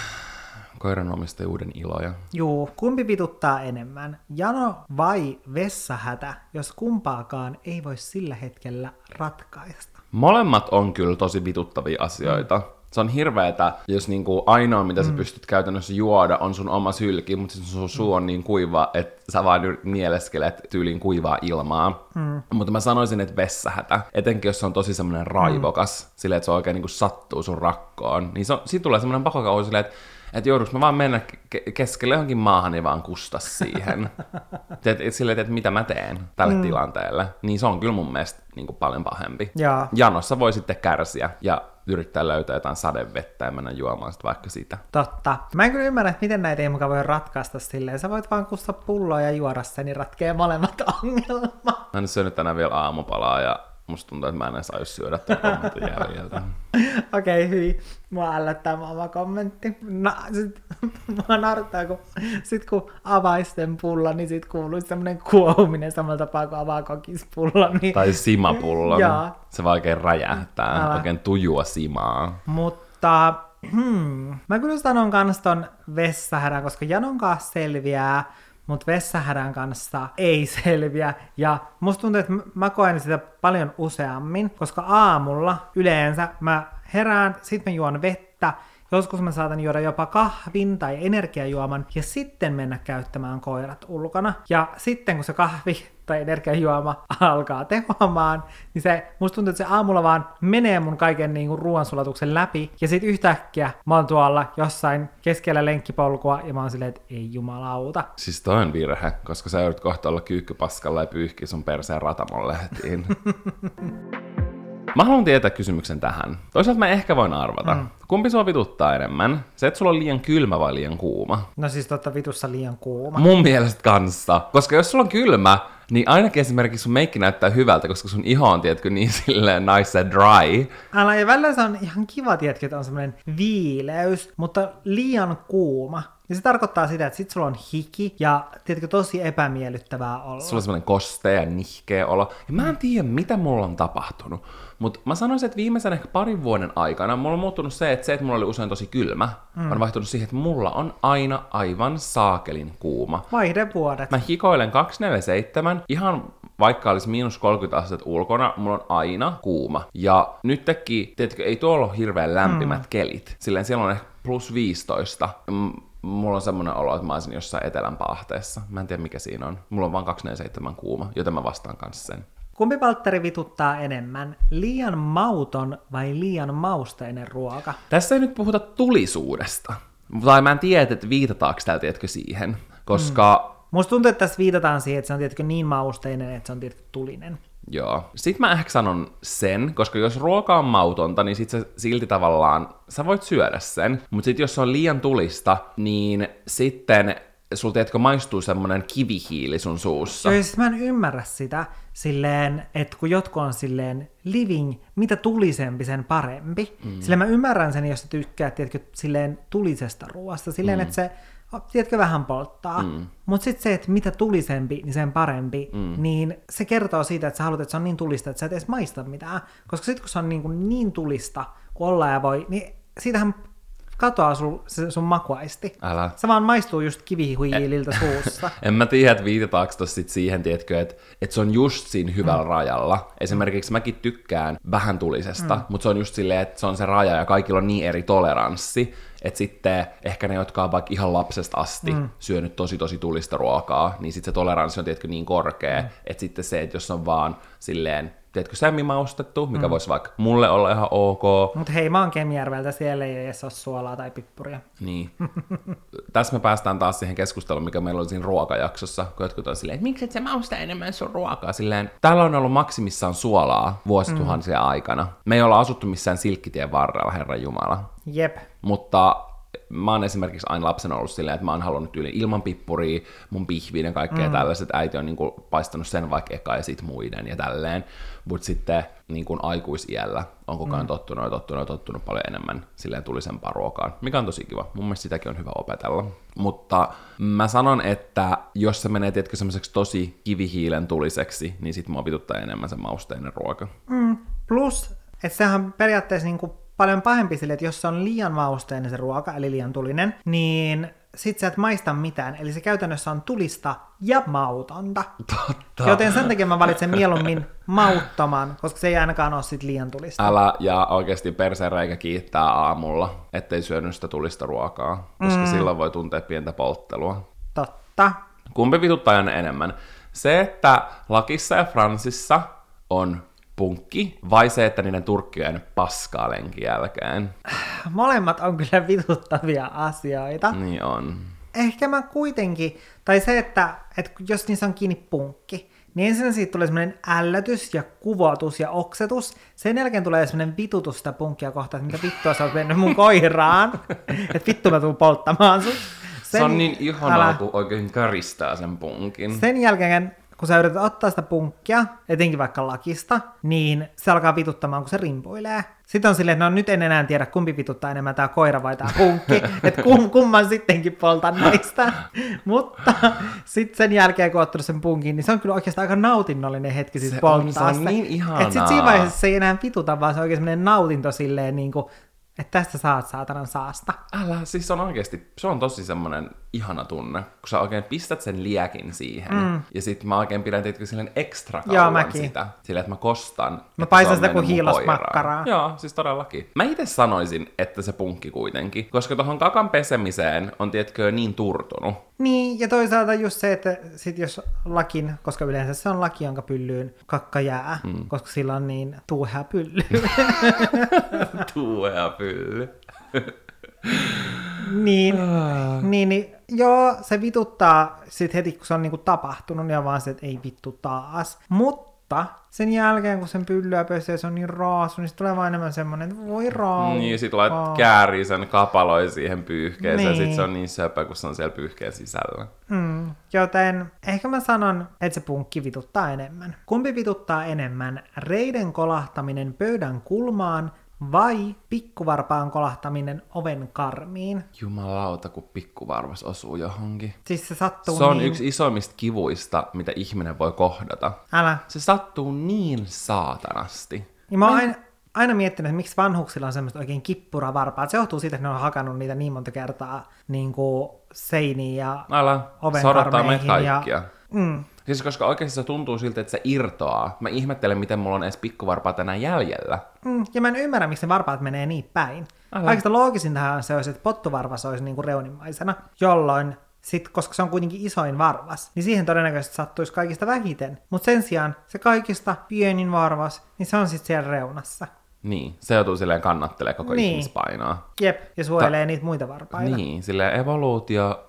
Koiran omistajuuden iloja. Juu, kumpi vituttaa enemmän? Jano vai vessahätä, jos kumpaakaan ei voi sillä hetkellä ratkaista? Molemmat on kyllä tosi vituttavia asioita. Se on hirveetä, jos niinku ainoa, mitä sä pystyt käytännössä juoda, on sun oma sylki, mutta sun suu on niin kuiva, että sä vaan mieleskelet tyyliin kuivaa ilmaa. Mutta mä sanoisin, että vessähätä, etenkin jos se on tosi semmoinen raivokas, silleen, että se oikein niinku sattuu sun rakkoon, niin siitä tulee semmoinen pakokauhu silleen, että jouduks mä vaan mennä keskelle johonkin maahan ja vaan kusta siihen. Silleen, että mitä mä teen tälle tilanteelle. Niin se on kyllä mun mielestä niin kuin paljon pahempi. Jaa. Janossa voi sitten kärsiä ja yrittää löytää jotain sadevettä ja mennä juomaan sitten vaikka sitä. Totta. Mä en kyllä ymmärrä, että miten näitä ei mukaan voi ratkaista silleen. Sä voit vaan kustaa pulloa ja juoda sen, niin ratkee molemmat ongelmat. Mä en syönyt tänään vielä aamupalaa ja musta tuntuu, että mä en edes aio syödä tuon kommentin jäljiltä. Okei, hyvin. Mua ällöttää mun oma kommentti. No, mua naurattaa, kun avaisi sen pullon, niin sit kuuluisi semmonen kuohuminen samalla tapaa kuin avaa kokispullon. Niin... Tai simapullon. Joo. Se vaan oikein räjähtää. Oikein tujua simaa. Mutta mä kyllä sanon kans ton vessahädän, koska Janon kanssa selviää, mutta vessahädän kanssa ei selviä. Ja musta tuntuu, että mä koen sitä paljon useammin, koska aamulla yleensä mä herään, sit mä juon vettä, joskus mä saatan juoda jopa kahvin tai energiajuoman ja sitten mennä käyttämään koirat ulkona. Ja sitten kun se kahvi tai energiajuoma alkaa tehoamaan, niin se, musta tuntuu, että se aamulla vaan menee mun kaiken niin kuin ruoansulatuksen läpi. Ja sit yhtäkkiä mä oon tuolla jossain keskellä lenkkipolkua ja mä oon silleen, että ei jumalauta. Siis toi on virhe, koska sä joudut kohta olla kyykkypaskalla ja pyyhkiä sun perseen ratamon lehtiin. Mä haluan tietää kysymyksen tähän. Toisaalta mä ehkä voin arvata. Kumpi sua vituttaa enemmän? Se, että sulla on liian kylmä vai liian kuuma? No siis vitussa liian kuuma. Mun mielestä kanssa. Koska jos sulla on kylmä, niin ainakin esimerkiksi sun meikki näyttää hyvältä, koska sun iho on, tiedätkö, niin silleen nice and dry. Älä, ja välillä se on ihan kiva, tiedätkö, että on semmoinen viileys, mutta liian kuuma. Ja se tarkoittaa sitä, että sit sulla on hiki ja tiedätkö, tosi epämiellyttävää olla. Sulla on semmoinen kostea ja nihkeä olo. Ja mä en tiedä, mitä mulla on tapahtunut. Mutta mä sanoisin, että viimeisen ehkä parin vuoden aikana mulla on muuttunut se, että mulla oli usein tosi kylmä, on vaihtunut siihen, että mulla on aina aivan saakelin kuuma. Vaihdevuodet. Mä hikoilen 247, ihan vaikka olisi -30 astetta ulkona, mulla on aina kuuma. Ja nytkin, tiedätkö, ei tuolla ole hirveän lämpimät kelit. Silleen siellä on ehkä +15. Mulla on semmoinen olo, että mä olisin jossain etelän paahteessa. Mä en tiedä, mikä siinä on. Mulla on vaan 247 kuuma, joten mä vastaan kanssa sen. Kumpi valtteri vituttaa enemmän? Liian mauton vai liian mausteinen ruoka? Tässä ei nyt puhuta tulisuudesta. Tai mä en tiedä, että viitataanko täällä, tiedätkö, siihen. Koska... Musta tuntuu, että tässä viitataan siihen, että se on tiedätkö, niin mausteinen, että se on tiedätkö, tulinen. Joo. Sitten mä ehkä sanon sen, koska jos ruoka on mautonta, niin sit se silti tavallaan, sä voit syödä sen. Mutta sitten jos se on liian tulista, niin sitten sulla, tiedätkö, maistuu semmonen kivihiili sun suussa. Joo, siis mä en ymmärrä sitä silleen, että kun jotkut on silleen living, mitä tulisempi, sen parempi. Silleen mä ymmärrän sen, jos sä tykkäät, tiedätkö, silleen tulisesta ruoasta. Silleen, että se, tiedätkö, vähän polttaa. Mutta sitten se, että mitä tulisempi, niin sen parempi, niin se kertoo siitä, että sä haluat, että se on niin tulista, että sä et edes maista mitään. Koska sitten kun se on niin tulista, kun ollaan ja voi, niin siitähän katoaa sun makuaisti. Älä. Se vaan maistuu just kivihiililtä suussa. En mä tiedä, että viitataanko tossa sit siihen, tiedätkö, että se on just siinä hyvällä rajalla. Esimerkiksi mäkin tykkään vähän tulisesta, mutta se on just silleen, että se on se raja ja kaikilla on niin eri toleranssi, että sitten ehkä ne, jotka on vaikka ihan lapsesta asti syönyt tosi tulista ruokaa, niin sitten se toleranssi on, tiedätkö, niin korkea, että sitten se, että jos on vaan silleen, tiedätkö, semmimaustettu, mikä voisi vaikka mulle olla ihan ok. Mutta hei, mä oon Kemijärveltä, siellä ei edes ole suolaa tai pippuria. Niin. Tässä me päästään taas siihen keskusteluun, mikä meillä oli siinä ruokajaksossa, kun jotkut on silleen, että miksi et sä mausta enemmän sun ruokaa? Silleen, täällä on ollut maksimissaan suolaa vuosituhansia aikana. Me ei olla asuttu missään silkkitien varrella, Herran Jumala. Jep. Mutta mä oon esimerkiksi aina lapsena ollut silleen, että mä oon halunnut yli ilman pippuria, mun pihviin ja kaikkea tällaiset. Äiti on niinku paistanut sen vaikka eka ja sit muiden ja tälleen. Mut sitten niin kuin aikuisiällä on koko ajan tottunut paljon enemmän silleen tulisempaa ruokaan, mikä on tosi kiva. Mun mielestä sitäkin on hyvä opetella. Mutta mä sanon, että jos se menee tietkö semmoiseksi tosi kivihiilen tuliseksi, niin sit mua vituttaa enemmän se mausteinen ruoka. Plus, että sehän on periaatteessa niinku paljon pahempi sille, että jos se on liian mausteinen se ruoka, eli liian tulinen, niin sit sä et maista mitään. Eli se käytännössä on tulista ja mautonta. Totta. Joten sen takia mä valitsen mieluummin mauttoman, koska se ei ainakaan ole sit liian tulista. Älä ja oikeasti perseenreikä kiittää aamulla, ettei syönyt sitä tulista ruokaa, koska silloin voi tuntea pientä polttelua. Totta. Kumpi vituttaa aina enemmän? Se, että Lakissa ja Fransissa on punkki, vai se, että niiden turkki on jäänyt paskaa lenkin jälkeen? Molemmat on kyllä vituttavia asioita. Niin on. Ehkä mä kuitenkin, tai se, että jos niissä on kiinni punkki, niin ensin siitä tulee semmoinen ällötys ja kuvotus ja oksetus. Sen jälkeen tulee semmoinen vitutus sitä punkkia kohtaan, että mitä vittua sä oot mennyt mun koiraan. Että vittu mä tuun polttamaan sut. Se on niin ihanaa, kun oikein käristää sen punkin. Sen jälkeen, kun sä yrität ottaa sitä punkkia, etenkin vaikka Lakista, niin se alkaa vituttamaan, kun se rimpuilee. Sitten on silleen, että no nyt en enää tiedä, kumpi vituttaa enemmän, tää koira vai tää punkki. Että kumman sittenkin poltan näistä. Mutta sitten sen jälkeen, kun on ottanut sen punkin, niin se on kyllä oikeastaan aika nautinnollinen hetki siis polttaa se on niin ihanaa. Että sitten siinä vaiheessa se ei enää vituta, vaan se on oikein semmoinen nautinto silleen niin kuin, että tästä saat saatanan saasta. Älä, siis on oikeesti, se on tosi semmonen ihana tunne, kun sä oikein pistät sen liekin siihen, ja sit mä oikein pidän tietysti silleen ekstra kauan sitä, silleen, että mä kostan. Mä paisan sitä kuin hiilosmakkaraa. Joo, siis todellakin. Mä itse sanoisin, että se punkki kuitenkin, koska tohon kakan pesemiseen on tietkö niin turtunut. Niin, ja toisaalta just se, että sit jos lakin, koska yleensä se on laki, jonka pyllyyn kakka jää, koska sillä on niin tuuhea pylly. Tuuhea pylly. niin, joo, se vituttaa sit heti, kun se on niinku tapahtunut, niin on vaan se, että ei vittu taas. Mutta sen jälkeen, kun sen pyllyä pesee, se on niin raasu, niin se tulee vaan enemmän semmonen, että voi rauha. Niin, sit laitat käärii sen kapaloin siihen pyyhkeeseen, niin. ja sit se on niin söpö, kun se on siellä pyyhkeen sisällä. Joten ehkä mä sanon, että se punkki vituttaa enemmän. Kumpi vituttaa enemmän? Reiden kolahtaminen pöydän kulmaan vai pikkuvarpaan kolahtaminen oven karmiin? Jumalauta, kun pikkuvarvas osuu johonkin. Siis se sattuu Se on niin... yksi isoimmista kivuista, mitä ihminen voi kohdata. Älä. Se sattuu niin saatanasti. Niin mä oon aina miettinyt, että miksi vanhuksilla on semmoista oikein kippuravarpaat. Se johtuu siitä, että ne on hakannut niitä niin monta kertaa niin kuin seiniin ja oven sorottaa meitä karmeihin. kaikkia. Siis koska oikeasti se tuntuu siltä, että se irtoaa. Mä ihmettelen, miten mulla on edes pikkuvarpaat enää jäljellä. Ja mä en ymmärrä, miksi ne varpaat menee niin päin. Kaikista loogisintahan se olisi, että pottuvarvas olisi niin kuin reunimmaisena, jolloin sitten, koska se on kuitenkin isoin varvas, niin siihen todennäköisesti sattuisi kaikista vähiten. Mutta sen sijaan se kaikista pienin varvas, niin se on sitten siellä reunassa. Niin, se joutuu silleen kannattelee koko ihmispainoa. Jep, ja suojelee niitä muita varpaita. Niin, silleen evoluutio,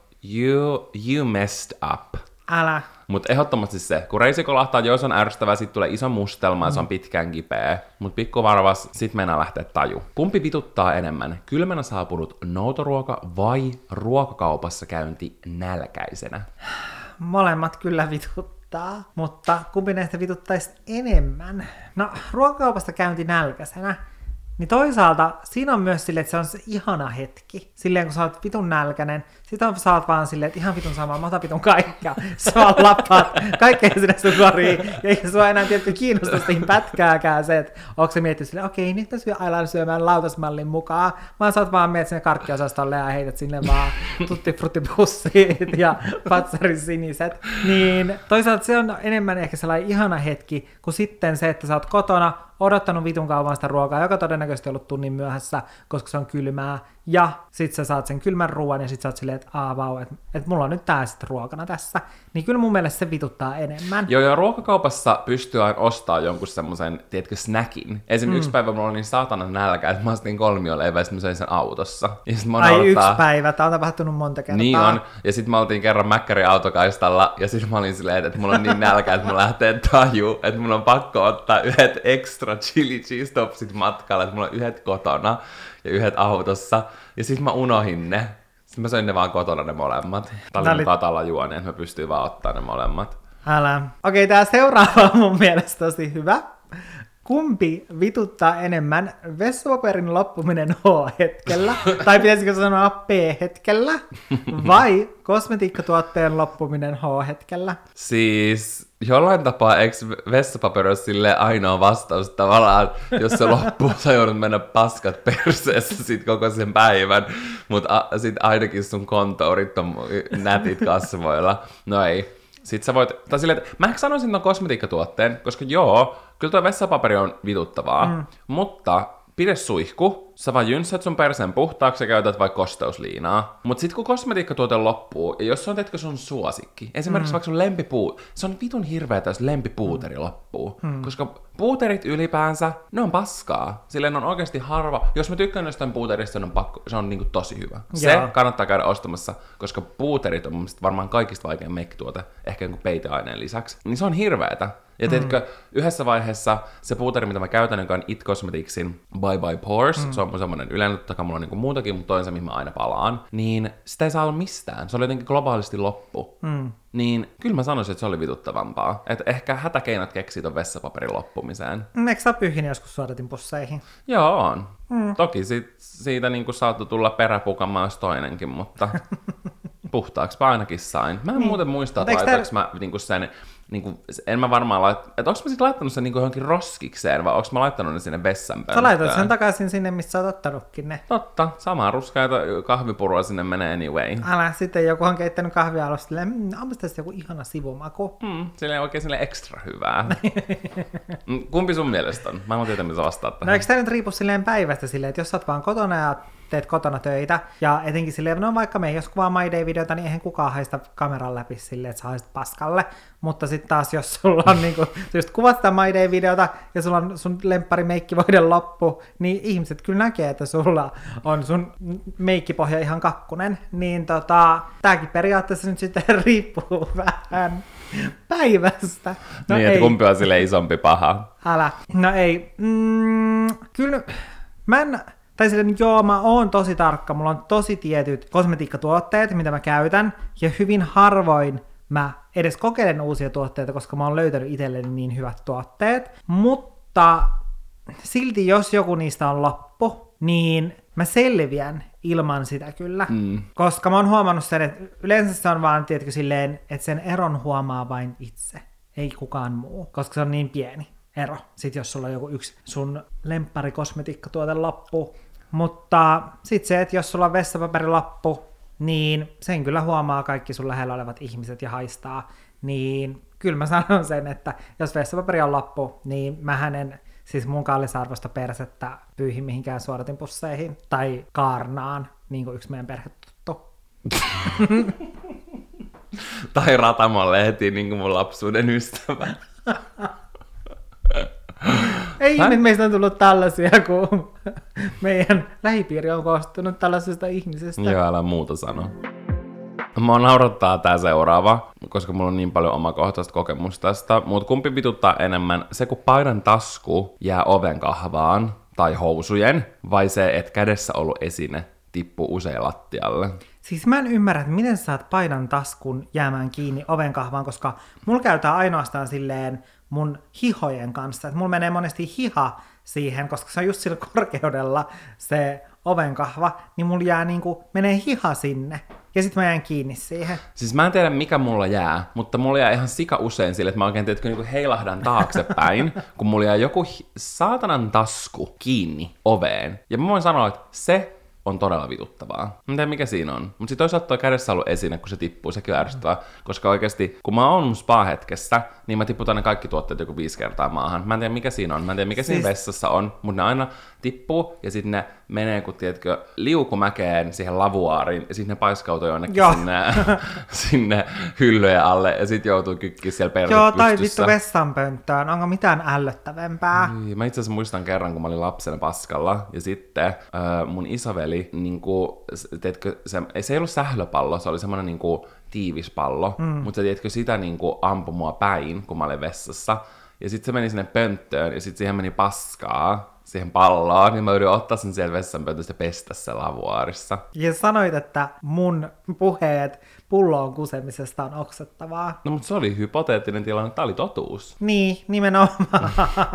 you messed up. Älä. Mutta ehdottomasti se, kun reisi kolahtaa, jos on ärsyttävää, sit tulee iso mustelma ja se on pitkään kipeä. Mut pikkuvarvas, sit mennään lähteä taju. Kumpi vituttaa enemmän? Kylmänä saapunut noutoruoka vai ruokakaupassa käynti nälkäisenä? Molemmat kyllä vituttaa, mutta kumpi näistä vituttaisi enemmän? No, ruokakaupasta käynti nälkäisenä. Niin toisaalta siinä on myös silleen, että se on se ihana hetki. Silleen, kun sä oot vitun nälkäinen, sit sä oot vaan silleen, että ihan vitun sama, mä otan vitun kaikkea. Sä vaan lappaat kaikkea sinne sun koriin. Ja eikä sua enää kiinnosta siihen pätkääkään se, että onko se miettinyt silleen, okei, nyt mä alan syömään lautasmallin mukaan. Vaan sä oot vaan meet sinne karkkiosastolle ja heität sinne vaan tutti-frutti-pussiit ja patsarin siniset. Niin toisaalta se on enemmän ehkä sellainen ihana hetki, kuin sitten se, että sä oot kotona, odottanut vitun kauan sitä ruokaa, joka todennäköisesti on ollut tunnin myöhässä, koska se on kylmää. Ja sit sä saat sen kylmän ruoan ja sit sä oot silleen, että vau, että mulla on nyt tää sit ruokana tässä. Niin kyllä mun mielestä se vituttaa enemmän. Joo, ruokakaupassa pystyy aina ostamaan jonkun semmoisen, tiedätkö, snackin. Esimerkiksi yksi päivä mulla oli niin saatana nälkä, että mä ostin 3 leivää ja sit mä söin sen autossa. Ja sit yksi päivä, tää on tapahtunut monta kertaa. Niin on. Ja sit mä oltiin kerran Mäkkärin autokaistalla ja sit mä olin silleen, että mulla on niin nälkä, että mulla lähtee taju, että mulla on pakko ottaa yhdet extra chili cheese topsit matkalla, että mulla on yhdet kotona. ja yhdet autossa. Ja sit mä unohin ne. Sitten mä söin ne vaan kotona ne molemmat. Tää oli mun katala juoni, että mä pystyin vaan ottaa ne molemmat. Älä. Okei, tää seuraava on mun mielestä tosi hyvä. Kumpi vituttaa enemmän, vessapaperin loppuminen H-hetkellä, tai pitäisikö sanoa P-hetkellä, vai kosmetiikkatuotteen loppuminen H-hetkellä? Siis jollain tapaa eikö vessapaperi ole silleen ainoa vastaus tavallaan, jos se loppuu, sä joudut mennä paskat perseessä sit koko sen päivän, mutta sit ainakin sun kontourit on nätit kasvoilla. No ei. Sitten sä voit, tai silleen, että mä sanoisin ton kosmetiikkatuotteen, koska joo, kyllä tuo vessapaperi on vituttavaa, mutta pide suihku, sä vaan jynsät sun perseen puhtaaksi ja käytät vaikka kosteusliinaa. Mut sit kun kosmetiikkatuote loppuu, ja jos se on teetkö sun suosikki, esimerkiksi vaikka sun lempipuu, se on vitun hirveetä, jos lempipuuteri loppuu. Koska puuterit ylipäänsä, ne on paskaa. Silleen on oikeasti harva. Jos mä tykkään jostain puuterista, se on niinku tosi hyvä. Se kannattaa käydä ostamassa, koska puuterit on mun mielestä varmaan kaikista vaikein meikkituote, ehkä jonkun peiteaineen lisäksi. Niin se on hirveetä. Ja teetkö, yhdessä vaiheessa se puuteri, mitä mä käytän, joka on It Cosmeticsin Bye Bye Pores, se on mun semmonen yleinen, totta mulla on niinku muutakin, mutta toinen se, mihin mä aina palaan, niin sitä ei saa olla mistään. Se oli jotenkin globaalisti loppu. Niin kyllä mä sanoisin, että se oli vituttavampaa. Että ehkä hätäkeinot keksii ton vessapaperin loppumiseen. Eikö sä pyyhin joskus suodatinpusseihin? Joo, on. Toki siitä niinku saattoi tulla peräpukamaan jos toinenkin, mutta puhtaaksi mä ainakin sain. Mä en muuten muista, että laitoinko mä niinku sen... en mä varmaan laittanut, että onko mä sit laittanut sen johonkin roskikseen, vai onko mä laittanut ne sinne vessanpönttöön? Sä laitoit sen takaisin sinne, missä sä oot ottanutkin ne. Totta, samaa ruskeita kahvipurua sinne menee anyway. Älä, sitten joku on keittänyt kahvialusta silleen, onpas tässä joku ihana sivumaku. Silleen oikein silleen ekstra hyvää. Kumpi sun mielestä on? Mä en tiedä, mitä sä vastaat tähän. No eikö tää nyt riipu silleen päivästä silleen, että jos sä oot vaan kotona ja teet kotona töitä, ja etenkin silleen, no vaikka me jos kuvaa My Day-videota, niin eihän kukaan haista kameran läpi silleen, että sä haisit paskalle. Mutta sitten taas, jos sulla on niinku, just kuvat sitä My Day-videota, ja sulla on sun lempparimeikkivoiden loppu, niin ihmiset kyllä näkee, että sulla on sun meikkipohja ihan kakkunen. Niin tääkin periaatteessa nyt sitten riippuu vähän päivästä. No niin, ei. Että kumpi on sille isompi paha? Älä. No ei. Kyllä tai silleen, joo, mä oon tosi tarkka, mulla on tosi tietyt kosmetiikkatuotteet, mitä mä käytän, ja hyvin harvoin mä edes kokeilen uusia tuotteita, koska mä oon löytänyt itselleni niin hyvät tuotteet, mutta silti jos joku niistä on loppu, niin mä selviän ilman sitä kyllä, koska mä oon huomannut sen, että yleensä se on vaan, tiedätkö, silleen, että sen eron huomaa vain itse, ei kukaan muu, koska se on niin pieni ero, sit jos sulla on joku yksi sun lemppari kosmetiikkatuote loppu. Mutta sit se, että jos sulla on vessapaperilappu, niin sen kyllä huomaa kaikki sun lähellä olevat ihmiset ja haistaa. Niin kyllä mä sanon sen, että jos vessapaperi on loppu, niin mähän en siis mun kallisarvosta persettä pyyhi mihinkään suodatinpusseihin tai kaarnaan, niin kuin yksi meidän perhetuttu. Tai Ratamolle heti niin kuin mun lapsuuden ystävä. Ei ihme, meistä on tullut tällaisia, kun meidän lähipiiri on koostunut tällaisista ihmisistä. Joo, älä muuta sano. Mua naurattaa tää seuraava, koska mulla on niin paljon omakohtaista kokemusta tästä. Mut kumpi vituttaa enemmän, se kun paidan tasku jää oven kahvaan tai housujen, vai se, että kädessä ollut esine tippuu usein lattialle? Siis mä en ymmärrä, että miten sä saat paidan taskun jäämään kiinni oven kahvaan, koska mulla käytetään ainoastaan silleen mun hihojen kanssa. Että mulla menee monesti hiha siihen, koska se on just sillä korkeudella se ovenkahva, niin mulla jää niinku, menee hiha sinne. Ja sit mä jään kiinni siihen. Siis mä en tiedä mikä mulla jää, mutta mulla jää ihan sika usein sille, että mä oikein tiedätkö, niinku heilahdan taaksepäin, kun mulla jää joku saatanan tasku kiinni oveen. Ja mä voin sanoa, että se on todella vituttavaa. Mä en tiedä mikä siinä on. Mutta sit toisaalta toi kädessä ollut esine, kun se tippuu, sekin on ärsyttävää. Koska oikeesti, kun mä oon mun spa-hetkessä, niin mä tiputan ne kaikki tuotteet joku 5 kertaa maahan. Mä en tiedä mikä siinä on. Mä en tiedä mikä siinä vessassa on. Mutta ne aina tippuu ja sit ne menee, kun tiedätkö, liukumäkeen siihen lavuaariin. Ja sit ne paiskautuu jonnekin sinne hyllyjen alle. Ja sit joutuu kykkiä siellä perret Joo, tai vittu vessanpönttöön. Onko mitään ällöttävämpää? Mä itse asiassa muistan kerran, kun mä olin lapsena paskalla. Ja sitten mun isoveli, niinku, teetkö, se ei ollut sählöpallo, se oli semmoinen niinku tiivis pallo, mutta se tiedätkö, sitä niinku ampui mua päin, kun mä olin vessassa. Ja sitten se meni sinne pönttöön, ja sitten siihen meni paskaa. siihen palloon, niin mä yritin ottaa sen sieltä vessanpöntöstä ja pestä se lavuaarissa. Ja sanoit, että mun puheet pulloon kusemisesta on oksettavaa. No mutta se oli hypoteettinen tilanne, tää oli totuus. Niin, nimenomaan.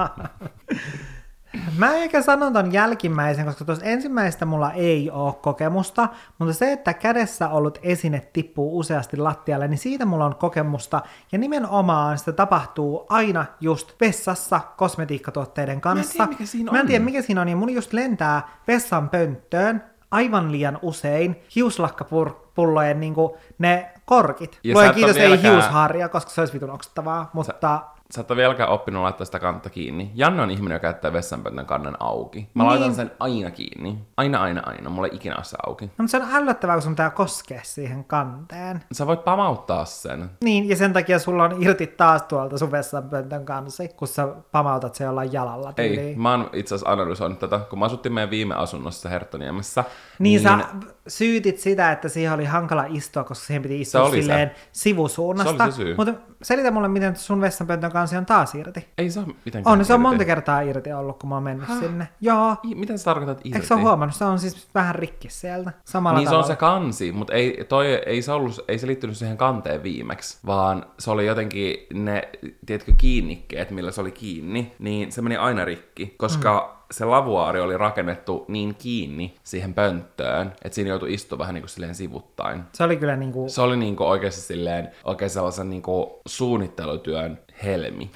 Mä ehkä sanon ton jälkimmäisen, koska tuossa ensimmäistä mulla ei ole kokemusta, mutta se, että kädessä ollut esine tippuu useasti lattialle, niin siitä mulla on kokemusta, ja nimenomaan sitä tapahtuu aina just vessassa kosmetiikkatuotteiden kanssa. Mä en tiedä, mikä siinä on, ja mun just lentää vessan pönttöön aivan liian usein hiuslakkapullojen niinku ne korkit. Voi kiitos, ei hiusharja, koska se olisi vitun oksettavaa, mutta... Sä et ole vieläkään oppinut laittaa sitä kantta kiinni. Janne on ihminen, joka käyttää vessanpöntön kannen auki. Mä laitan sen aina kiinni. Aina. Mulla ei ikinä ole se auki. No, mutta se on ällöttävää, kun sun pitää koskea siihen kanteen. Sä voit pamauttaa sen. Niin, ja sen takia sulla on irti taas tuolta sun vessanpöntön kansi, kun sä pamautat se jollain jalalla. Ei, mä oon itse asiassa analysoinut tätä, kun mä asuttiin meidän viime asunnossa Herttoniemessä. Niin sä syytit sitä, että siihen oli hankala istua, koska siihen piti istua silleen sivusuunnasta. Se oli se syy. Mutta selitä mulle, miten sun vessanpöntön kansi on taas irti. Ei se ole mitenkään se on monta kertaa irti ollut, kun mä oon mennyt sinne. Joo. Miten sä tarkoitat irti? Eikö sä ole huomannut? Se on siis vähän rikki sieltä. Samalla niin tavalla. Se on se kansi, mutta ei se liittynyt siihen kanteen viimeksi, vaan se oli jotenkin ne, tiedätkö, kiinnikkeet, millä se oli kiinni, niin se meni aina rikki, koska se lavuaari oli rakennettu niin kiinni siihen pönttöön, että siinä joutui istumaan vähän niin kuin silleen sivuttain. Se oli kyllä niin kuin... Se oli niin kuin oikeasti silleen, oikein sellaisen niin kuin suunnittelutyön helmi.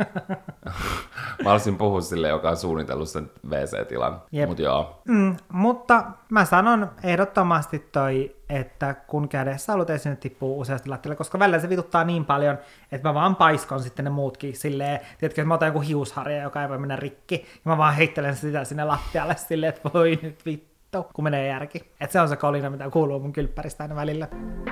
Mä olisin puhua silleen, joka on suunnitellut sen WC-tilan, mutta joo. Mutta mä sanon ehdottomasti että kun kädessä ollut esine tippuu useasti lattialle, koska välillä se vituttaa niin paljon, että mä vaan paiskon sitten ne muutkin silleen, tiedätkö, että mä otan joku hiusharja, joka ei voi mennä rikki, ja mä vaan heittelen sitä sinne lattialle silleen, että voi nyt vittu, kun menee järki. Että se on se kolina, mitä kuuluu mun kylppäristä aina välillä.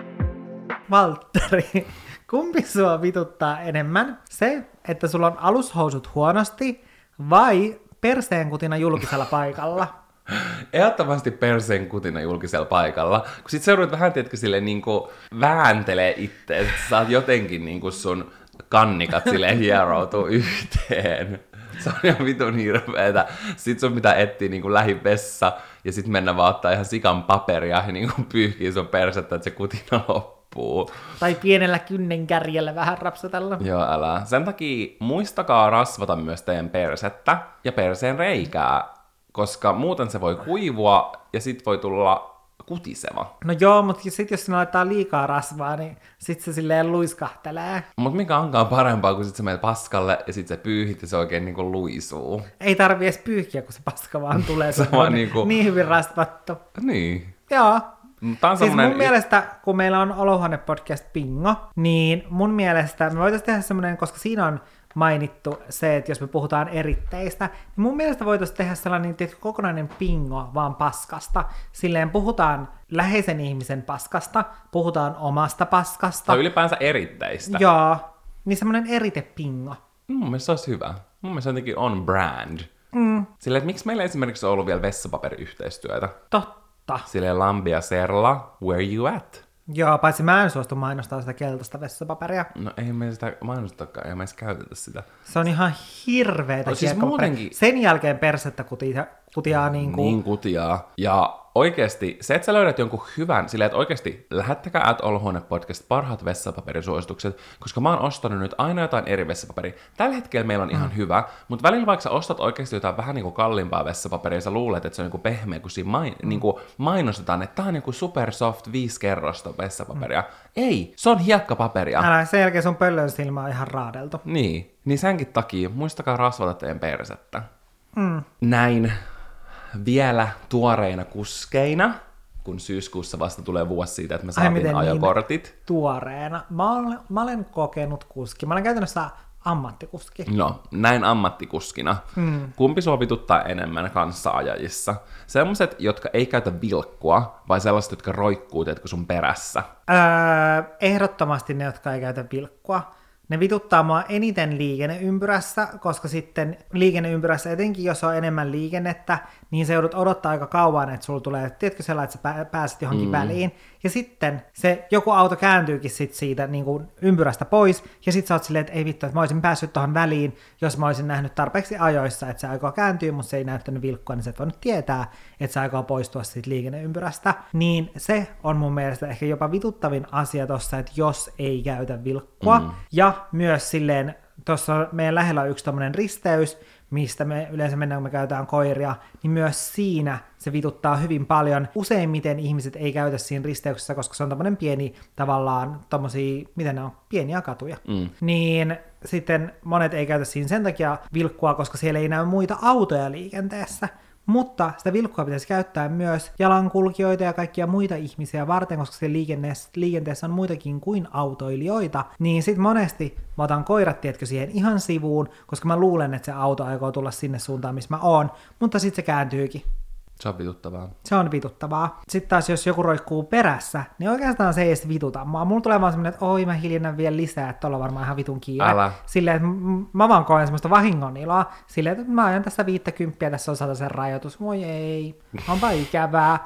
Valtteri, kumpi sua vituttaa enemmän? Se, että sulla on alushousut huonosti, vai perseenkutina julkisella paikalla? Ehdottomasti perseen kutina julkisella paikalla, kun sit seuraat vähän, tiedätkö, silleen niinku vääntelee itse, että sä saat jotenkin niinku sun kannikat silleen hieroutuu yhteen. Se on ihan vitun hirveetä. Sit sun pitää etsiä niinku lähivessa ja sit mennä vaan ottaa ihan sikan paperia ja niinku pyyhkii sun persettä, että se kutina loppuu. Tai pienellä kynnenkärjellä vähän rapsatella. Joo, älä. Sen takia muistakaa rasvata myös teidän persettä ja perseen reikää, koska muuten se voi kuivua ja sit voi tulla kutiseva. No joo, mutta sit jos sinä laittaa liikaa rasvaa, niin sit se silleen luiskahtelee. Mut mikä onkaan parempaa, kun sit sä menet paskalle ja sit sä pyyhit ja se oikein niinku luisuu. Ei tarvi edes pyyhkiä, kun se paska vaan tulee. Se on niinku... niin hyvin rasvattu. Niin. Joo. Tää on siis mun mielestä, kun meillä on Olohuone-podcast Bingo, niin mun mielestä me voitaisiin tehdä semmoinen, koska siinä on mainittu se, että jos me puhutaan eritteistä, niin mun mielestä voitaisiin tehdä sellainen kokonainen bingo vaan paskasta. Silleen puhutaan läheisen ihmisen paskasta, puhutaan omasta paskasta. Tai ylipäänsä eritteistä. Joo, niin semmoinen eritepingo. Mun mielestä se olisi hyvä. Mun mielestä jotenkin on brand. Silleen, että miksi meillä esimerkiksi on ollut vielä vessapaperiyhteistyötä? Totta. Silleen Lambi ja Serla, where you at? Joo, paitsi mä en suostu mainostaa sitä keltaista vessapaperia. No ei me sitä mainostakaan, ei me edes käytetä sitä. Se on ihan hirveetä siis muutenkin... Sen jälkeen persettä kutiaa niinku... Niin kutiaa. Ja oikeesti, se, että sä löydät jonkun hyvän, silleen, että oikeesti lähettäkää Olohuone-podcast parhaat vessapaperisuositukset, koska mä oon ostanut nyt aina jotain eri vessapaperia. Tällä hetkellä meillä on ihan hyvä, mutta välillä vaikka sä ostat oikeesti jotain vähän niinku kalliimpaa vessapaperia, sä luulet, että se on niinku pehmeä, kun siinä niinku mainostetaan, että tää on niinku super soft 5 kerrosta vessapaperia. Ei, se on hiekkapaperia. Älä, sen jälkeen sun pöllön silmä on ihan raadeltu. Niin senkin takia muistakaa rasvata teidän persettä. Näin vielä tuoreina kuskeina, kun syyskuussa vasta tulee vuosi siitä, että me saatiin ajokortit. Niin tuoreena? Mä olen kokenut kuski. Mä olen käytännössä ammattikuski. No, näin ammattikuskina. Kumpi sua vituttaa enemmän kanssaajajissa? Sellaiset, jotka ei käytä vilkkua, vai sellaiset, jotka roikkuu, teetkö sun perässä? Ehdottomasti ne, jotka ei käytä vilkkua. Ne vituttaa mua eniten liikenneympyrässä, koska sitten liikenneympyrässä, etenkin jos on enemmän liikennettä, niin se joudut odottaa aika kauan, että sulla tulee, tiedätkö sellainen, että sä pääset johonkin väliin. Ja sitten se joku auto kääntyykin sit siitä niin kuin ympyrästä pois, ja sit sä oot silleen, että ei vittu, että mä olisin päässyt tuohon väliin, jos mä olisin nähnyt tarpeeksi ajoissa, että se aikoo kääntyä, mutta se ei näyttänyt vilkkua, niin sä et voinut tietää, että se aikoo poistua siitä liikenneympyrästä. Niin se on mun mielestä ehkä jopa vituttavin asia tossa, että jos ei käytä vilkkua. Ja myös silleen, tuossa meidän lähellä on yksi tommonen risteys, mistä me yleensä mennään, kun me käytetään koiria, niin myös siinä se vituttaa hyvin paljon. Useimmiten ihmiset ei käytä siinä risteyksessä, koska se on tommonen pieni, tavallaan tommosia, miten ne on, pieniä katuja. Niin sitten monet ei käytä siinä sen takia vilkkua, koska siellä ei näy muita autoja liikenteessä. Mutta sitä vilkkua pitäisi käyttää myös jalankulkijoita ja kaikkia muita ihmisiä varten, koska siellä liikenteessä on muitakin kuin autoilijoita. Niin sit monesti mä otan koirat, tiedätkö, siihen ihan sivuun, koska mä luulen, että se auto aikoo tulla sinne suuntaan, missä mä oon. Mutta sit se kääntyykin. Se on vituttavaa. Se on vituttavaa. Sitten taas jos joku roikkuu perässä, niin oikeastaan se ei edes vituta. Mulla tulee vaan semmoinen, että oi mä hiljennän vielä lisää, että tuolla on varmaan ihan vitun kiire. Älä. Silleen, että mä vaan koen semmoista vahingon iloa. Silleen, että mä ajan tässä 50, tässä on 100 rajoitus. Voi ei, onpa ikävää.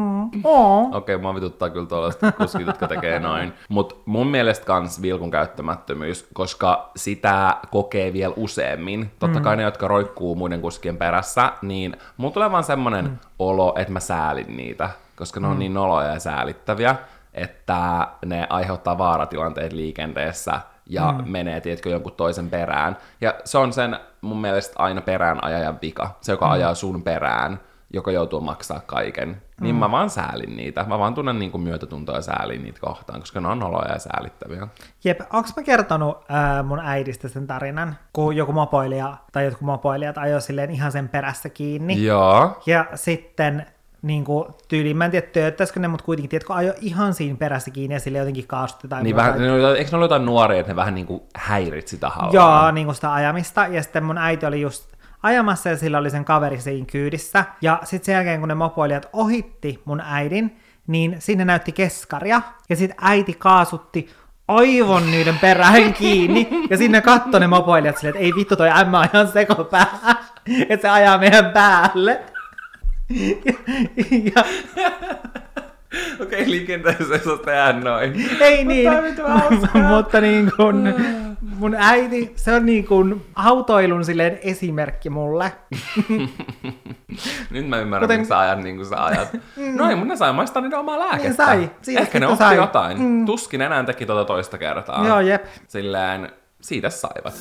Okei, mua vituttaa kyllä tuollaiset kuskit, jotka tekee noin. Mut mun mielestä kans vilkun käyttämättömyys, koska sitä kokee vielä useammin. Totta kai ne, jotka roikkuu muiden kuskien perässä, niin mulla tulee vaan semmonen olo, että mä säälin niitä, koska ne on niin noloja ja säälittäviä, että ne aiheuttaa vaaratilanteet liikenteessä ja menee, tiedätkö, jonkun toisen perään. Ja se on sen mun mielestä aina perään ajajan vika. Se, joka ajaa sun perään, joka joutuu maksaa kaiken. Niin mä vaan säälin niitä. Mä vaan tunnen niin kuin myötätuntoa ja säälin niitä kohtaan, koska ne on noloja ja säälittäviä. Jep, onks mä kertonut mun äidistä sen tarinan, kun joku mopoilija tai jotkut mopoilijat ajoi silleen ihan sen perässä kiinni. Joo. Ja sitten niin kuin tyyliin, mä en tiedä, tööttäisikö ne, mutta kuitenkin, tiedätkö, ajo ihan siinä perässä kiinni ja sille jotenkin kaasutti tai niin vähän, eikö ne ole jotain nuoria, että ne vähän niin kuin häirit sitä hallaa? Joo, niin kuin sitä ajamista. Ja sitten mun äiti oli just ajamassa ja sillä oli sen kaveri siinä kyydissä. Ja sitten sen jälkeen, kun ne mopoilijat ohitti mun äidin, niin sinne näytti keskaria. Ja sitten äiti kaasutti aivan niiden perään kiinni. Ja sinne katsoi ne mopoilijat silleen, että ei vittu, toi ämmä on ihan sekopää. Että se ajaa meidän päälle. Ja Okei, liikenteessä ei saa tehdä noin. Ei niin, mutta niin kuin mun äiti, se on niin kuin autoilun silleen esimerkki mulle. Nyt mä ymmärrän, miksi sä ajat niin kuin sä ajat. No ei, mun ne sai maistaa niiden omaa lääkettä. Sai. Ehkä ne oppi jotain. Tuskin enää teki tuota toista kertaa. Joo, jep. Silleen, siitä saivat.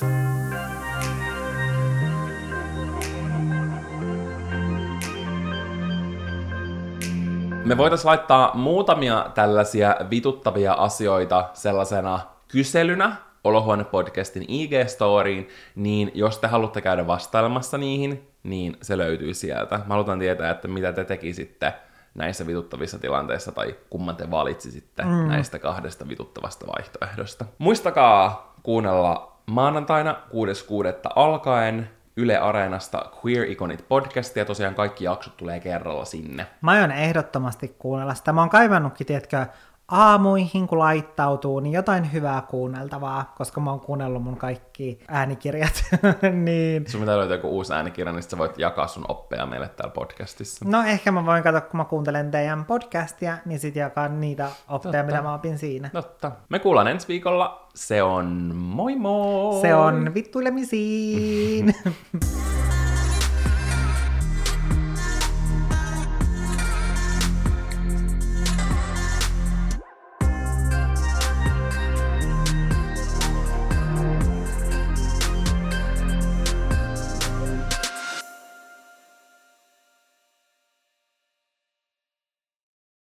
Me voitaisiin laittaa muutamia tällaisia vituttavia asioita sellaisena kyselynä Olohuone-podcastin IG-storiin, niin jos te haluatte käydä vastailemassa niihin, niin se löytyy sieltä. Mä halutaan tietää, että mitä te tekisitte näissä vituttavissa tilanteissa, tai kumman te valitsisitte näistä kahdesta vituttavasta vaihtoehdosta. Muistakaa kuunnella maanantaina 6.6. alkaen Yle Areenasta Queer Iconit podcastia, tosiaan kaikki jaksot tulee kerralla sinne. Mä aion ehdottomasti kuunnella sitä. Mä oon kaivannutkin, tiedätkö, aamuihin kun laittautuu, niin jotain hyvää kuunneltavaa, koska mä oon kuunnellut mun kaikki äänikirjat. Niin. Sun pitää löytää joku uusi äänikirja, niin sä voit jakaa sun oppeja meille täällä podcastissa. No ehkä mä voin katsoa, kun mä kuuntelen teidän podcastia, niin sit jakaa niitä oppeja, mitä mä opin siinä. Totta. Me kuullaan ensi viikolla. Se on moi moi! Se on vittuilemisiin!